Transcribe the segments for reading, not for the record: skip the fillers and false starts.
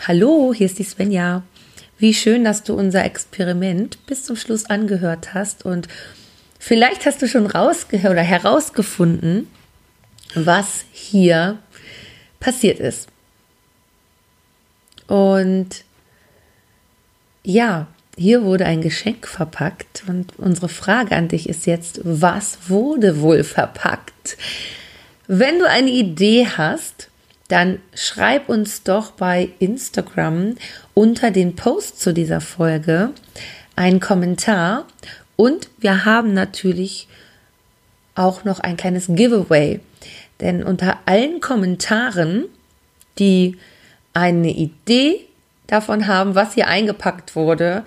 Hallo, hier ist die Svenja. Wie schön, dass du unser Experiment bis zum Schluss angehört hast und vielleicht hast du schon rausgehört oder herausgefunden, was hier passiert ist. Und ja, hier wurde ein Geschenk verpackt und unsere Frage an dich ist jetzt, was wurde wohl verpackt? Wenn du eine Idee hast, dann schreib uns doch bei Instagram unter den Post zu dieser Folge einen Kommentar und wir haben natürlich auch noch ein kleines Giveaway, denn unter allen Kommentaren, die eine Idee davon haben, was hier eingepackt wurde,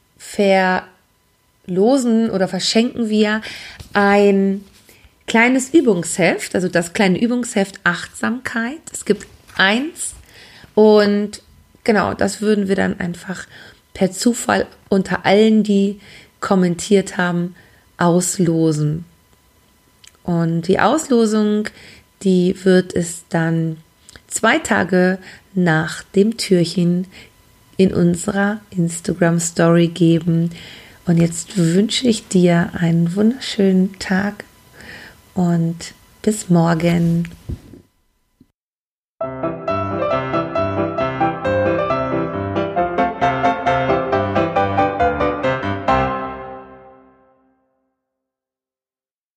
verlosen oder verschenken wir ein kleines Übungsheft, also das kleine Übungsheft Achtsamkeit. Es gibt 1 und genau, das würden wir dann einfach per Zufall unter allen, die kommentiert haben, auslosen. Und die Auslosung, die wird es dann 2 Tage nach dem Türchen in unserer Instagram-Story geben. Und jetzt wünsche ich dir einen wunderschönen Tag und bis morgen.